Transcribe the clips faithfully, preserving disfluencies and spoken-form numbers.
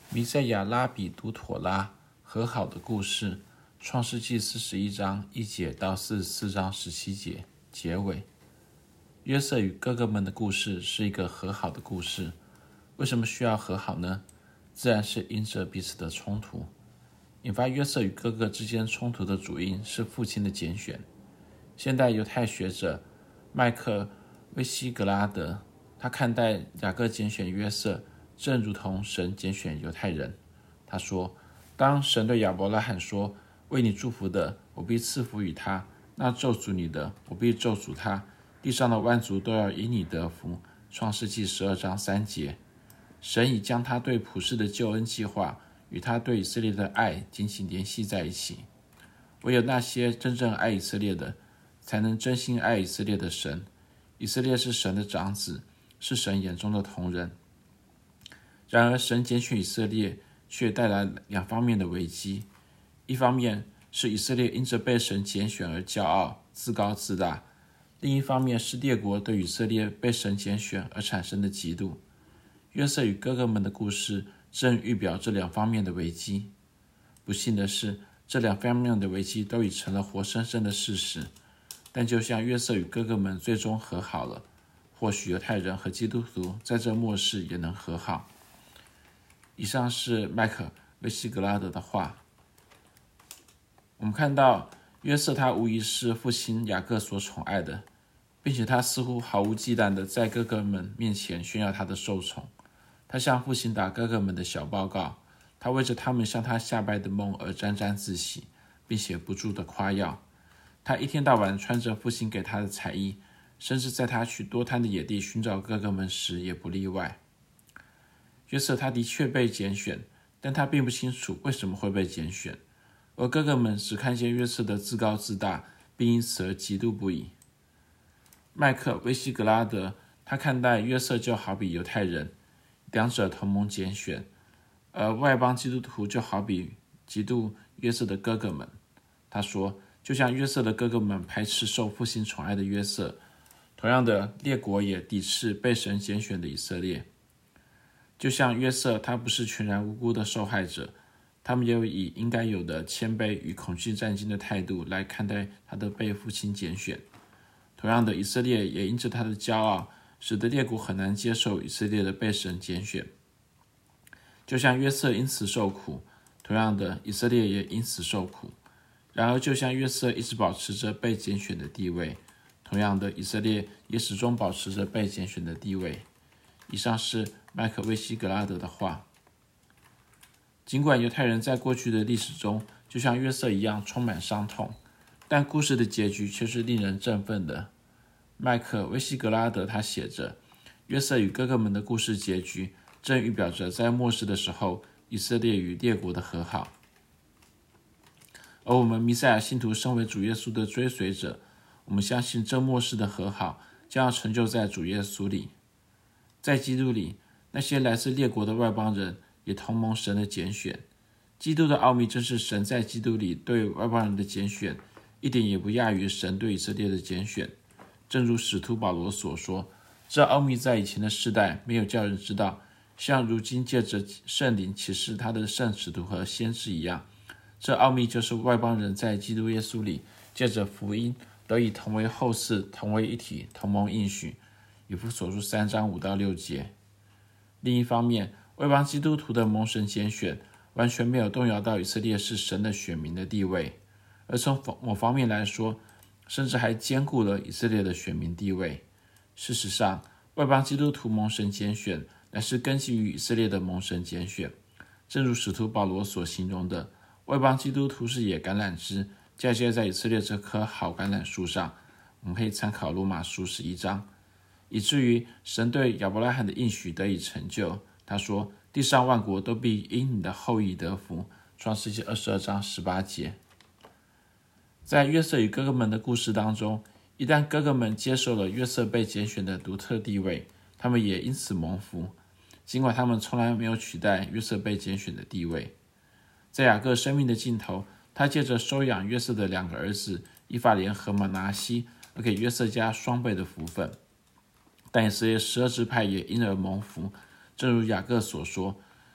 弥赛亚拉比都妥拉和好的故事，创世纪四十一章一节到四十四章十七节结尾。约瑟与哥哥们的故事是一个和好的故事。为什么需要和好呢？自然是因着彼此的冲突。引发约瑟与哥哥之间冲突的主因是父亲的拣选。现代犹太学者麦克威西格拉德，他看待雅各拣选约瑟正如同神拣选犹太人。他说，当神对亚伯拉罕说，为你祝福的，我必赐福于他，那咒诅你的，我必咒诅他，地上的万族都要因你得福。创世纪十二章三节。神已将他对普世的救恩计划与他对以色列的爱紧紧联系在一起。唯有那些真正爱以色列的，才能真心爱以色列的神。以色列是神的长子，是神眼中的同人。然而神拣选以色列却带来两方面的危机。一方面是以色列因着被神拣选而骄傲自高自大，另一方面是列国对以色列被神拣选而产生的嫉妒。约瑟与哥哥们的故事正预表这两方面的危机。不幸的是，这两方面的危机都已成了活生生的事实。但就像约瑟与哥哥们最终和好了，或许犹太人和基督徒在这末世也能和好。以上是麦克威西格拉德的话。我们看到约瑟他无疑是父亲雅各所宠爱的，并且他似乎毫无忌惮地在哥哥们面前炫耀他的受宠。他向父亲打哥哥们的小报告，他为着他们向他下拜的梦而沾沾自喜，并且不住地夸耀。他一天到晚穿着父亲给他的彩衣，甚至在他去多滩的野地寻找哥哥们时也不例外。约瑟他的确被拣选，但他并不清楚为什么会被拣选，而哥哥们只看见约瑟的自高自大，并因此而嫉妒不已。麦克威西格拉德他看待约瑟就好比犹太人，两者同盟拣选，而外邦基督徒就好比嫉妒约瑟的哥哥们。他说，就像约瑟的哥哥们排斥受父亲宠爱的约瑟，同样的，列国也抵制被神拣选的以色列。就像约瑟他不是全然无辜的受害者，他们也有以应该有的谦卑与恐惧战惊的态度来看待他的被父亲拣选。同样的，以色列也因着他的骄傲，使得列国很难接受以色列的被神拣选。就像约瑟因此受苦，同样的，以色列也因此受苦。然而就像约瑟一直保持着被拣选的地位，同样的，以色列也始终保持着被拣选的地位。以上是麦克威西格拉德的话。尽管犹太人在过去的历史中就像约瑟一样充满伤痛，但故事的结局却是令人振奋的。麦克威西格拉德他写着，约瑟与哥哥们的故事结局正预表着在末世的时候以色列与列国的和好。而我们弥赛亚信徒身为主耶稣的追随者，我们相信这末世的和好将要成就在主耶稣里。在基督里，那些来自列国的外邦人也同蒙神的拣选。基督的奥秘正是神在基督里对外邦人的拣选，一点也不亚于神对以色列的拣选。正如使徒保罗所说，这奥秘在以前的世代没有叫人知道，像如今借着圣灵启示他的圣使徒和先知一样。这奥秘就是外邦人在基督耶稣里借着福音得以同为后嗣，同为一体，同蒙应许。以弗所书三章五到六节。另一方面，外邦基督徒的蒙神拣选完全没有动摇到以色列是神的选民的地位，而从某方面来说，甚至还兼顾了以色列的选民地位。事实上，外邦基督徒蒙神拣选乃是根基于以色列的蒙神拣选。正如使徒保罗所形容的，外邦基督徒是野橄榄枝，嫁接在以色列这棵好橄榄树上。我们可以参考罗马书十一章。以至于神对亚伯拉罕的应许得以成就。他说，地上万国都必因你的后裔得福。创世纪二十二章十八节。在约瑟与哥哥们的故事当中，一旦哥哥们接受了约瑟被拣选的独特地位，他们也因此蒙福，尽管他们从来没有取代约瑟被拣选的地位。在雅各生命的尽头，他借着收养约瑟的两个儿子以法莲和玛拿西，而给约瑟家双倍的福分。但以色列十二支派也因而蒙福，正如雅各所说，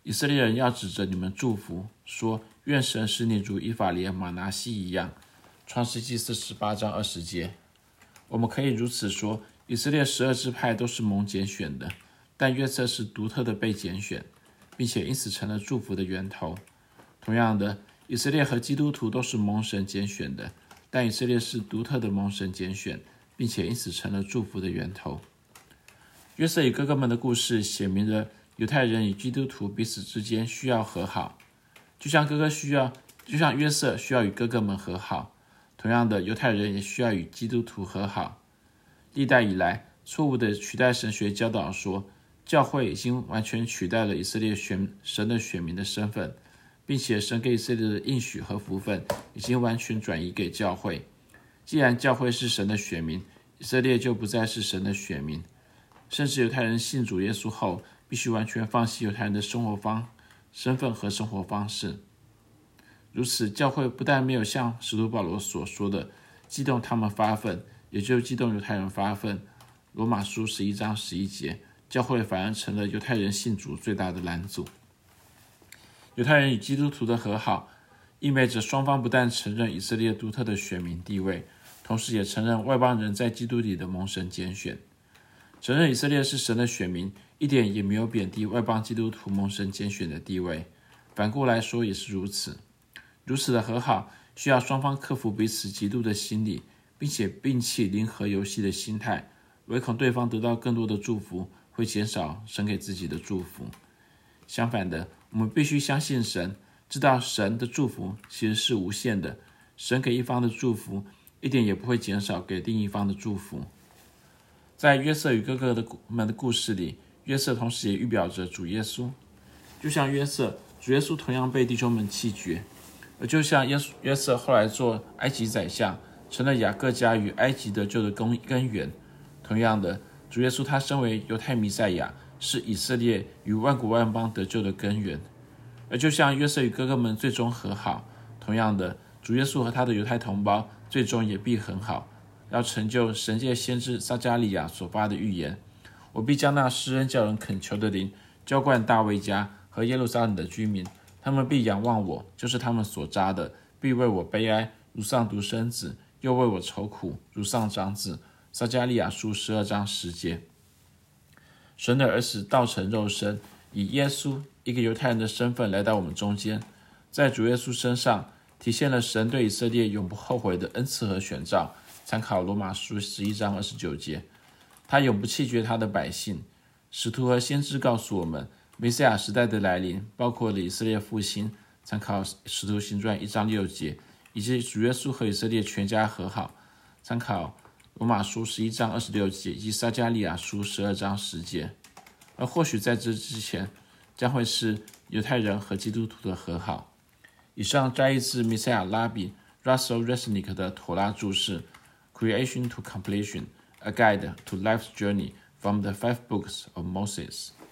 以色列人要指着你们祝福，说愿神使你如以法莲、玛拿西一样。创世纪四十八章二十节。我们可以如此说，以色列十二支派都是蒙拣选的，但约瑟是独特的被拣选，并且因此成了祝福的源头。同样的，以色列和基督徒都是蒙神拣选的，但以色列是独特的蒙神拣选，并且因此成了祝福的源头。约瑟与哥哥们的故事写明了犹太人与基督徒彼此之间需要和好，就像哥哥需要，就像约瑟需要与哥哥们和好，同样的，犹太人也需要与基督徒和好。历代以来，错误的取代神学教导说，教会已经完全取代了以色列选神的选民的身份，并且神给以色列的应许和福分已经完全转移给教会。既然教会是神的选民，以色列就不再是神的选民。甚至犹太人信主耶稣后，必须完全放弃犹太人的生活方身份和生活方式。如此，教会不但没有像使徒保罗所说的激动他们发愤，也就激动犹太人发愤。罗马书十一章十一节，教会反而成了犹太人信主最大的拦阻。犹太人与基督徒的和好，意味着双方不但承认以色列独特的选民地位，同时也承认外邦人在基督里的蒙神拣选。承认以色列是神的选民，一点也没有贬低外邦基督徒蒙神拣选的地位，反过来说也是如此。如此的和好，需要双方克服彼此嫉妒的心理，并且摒弃零和游戏的心态，唯恐对方得到更多的祝福，会减少神给自己的祝福。相反的，我们必须相信神，知道神的祝福其实是无限的，神给一方的祝福一点也不会减少给另一方的祝福。在约瑟与哥哥的们的故事里，约瑟同时也预表着主耶稣。就像约瑟，主耶稣同样被弟兄们弃绝，而就像约瑟后来做埃及宰相，成了雅各家与埃及得救的根源。同样的，主耶稣他身为犹太弥赛亚，是以色列与万国万邦得救的根源。而就像约瑟与哥哥们最终和好，同样的，主耶稣和他的犹太同胞最终也必很好，要成就神界先知撒迦利亚所发的预言：我必将那施恩叫人恳求的灵浇灌大卫家和耶路撒冷的居民，他们必仰望我，就是他们所扎的，必为我悲哀，如丧独生子，又为我愁苦，如丧长子。撒迦利亚书十二章十节。神的儿子道成肉身，以耶稣一个犹太人的身份来到我们中间，在主耶稣身上体现了神对以色列永不后悔的恩赐和选召。参考罗马书十一章二十九节，他永不弃绝他的百姓。使徒和先知告诉我们，弥赛亚时代的来临包括了以色列复兴，参考使徒行传一章六节，以及主耶稣和以色列全家和好，参考罗马书十一章二十六节，以及撒迦利亚书十二章十节。而或许在这之前，将会是犹太人和基督徒的和好。以上摘自弥赛亚拉比 Russell Resnick 的妥拉注释 Creation to Completion, A Guide to Life's Journey from the Five Books of Moses.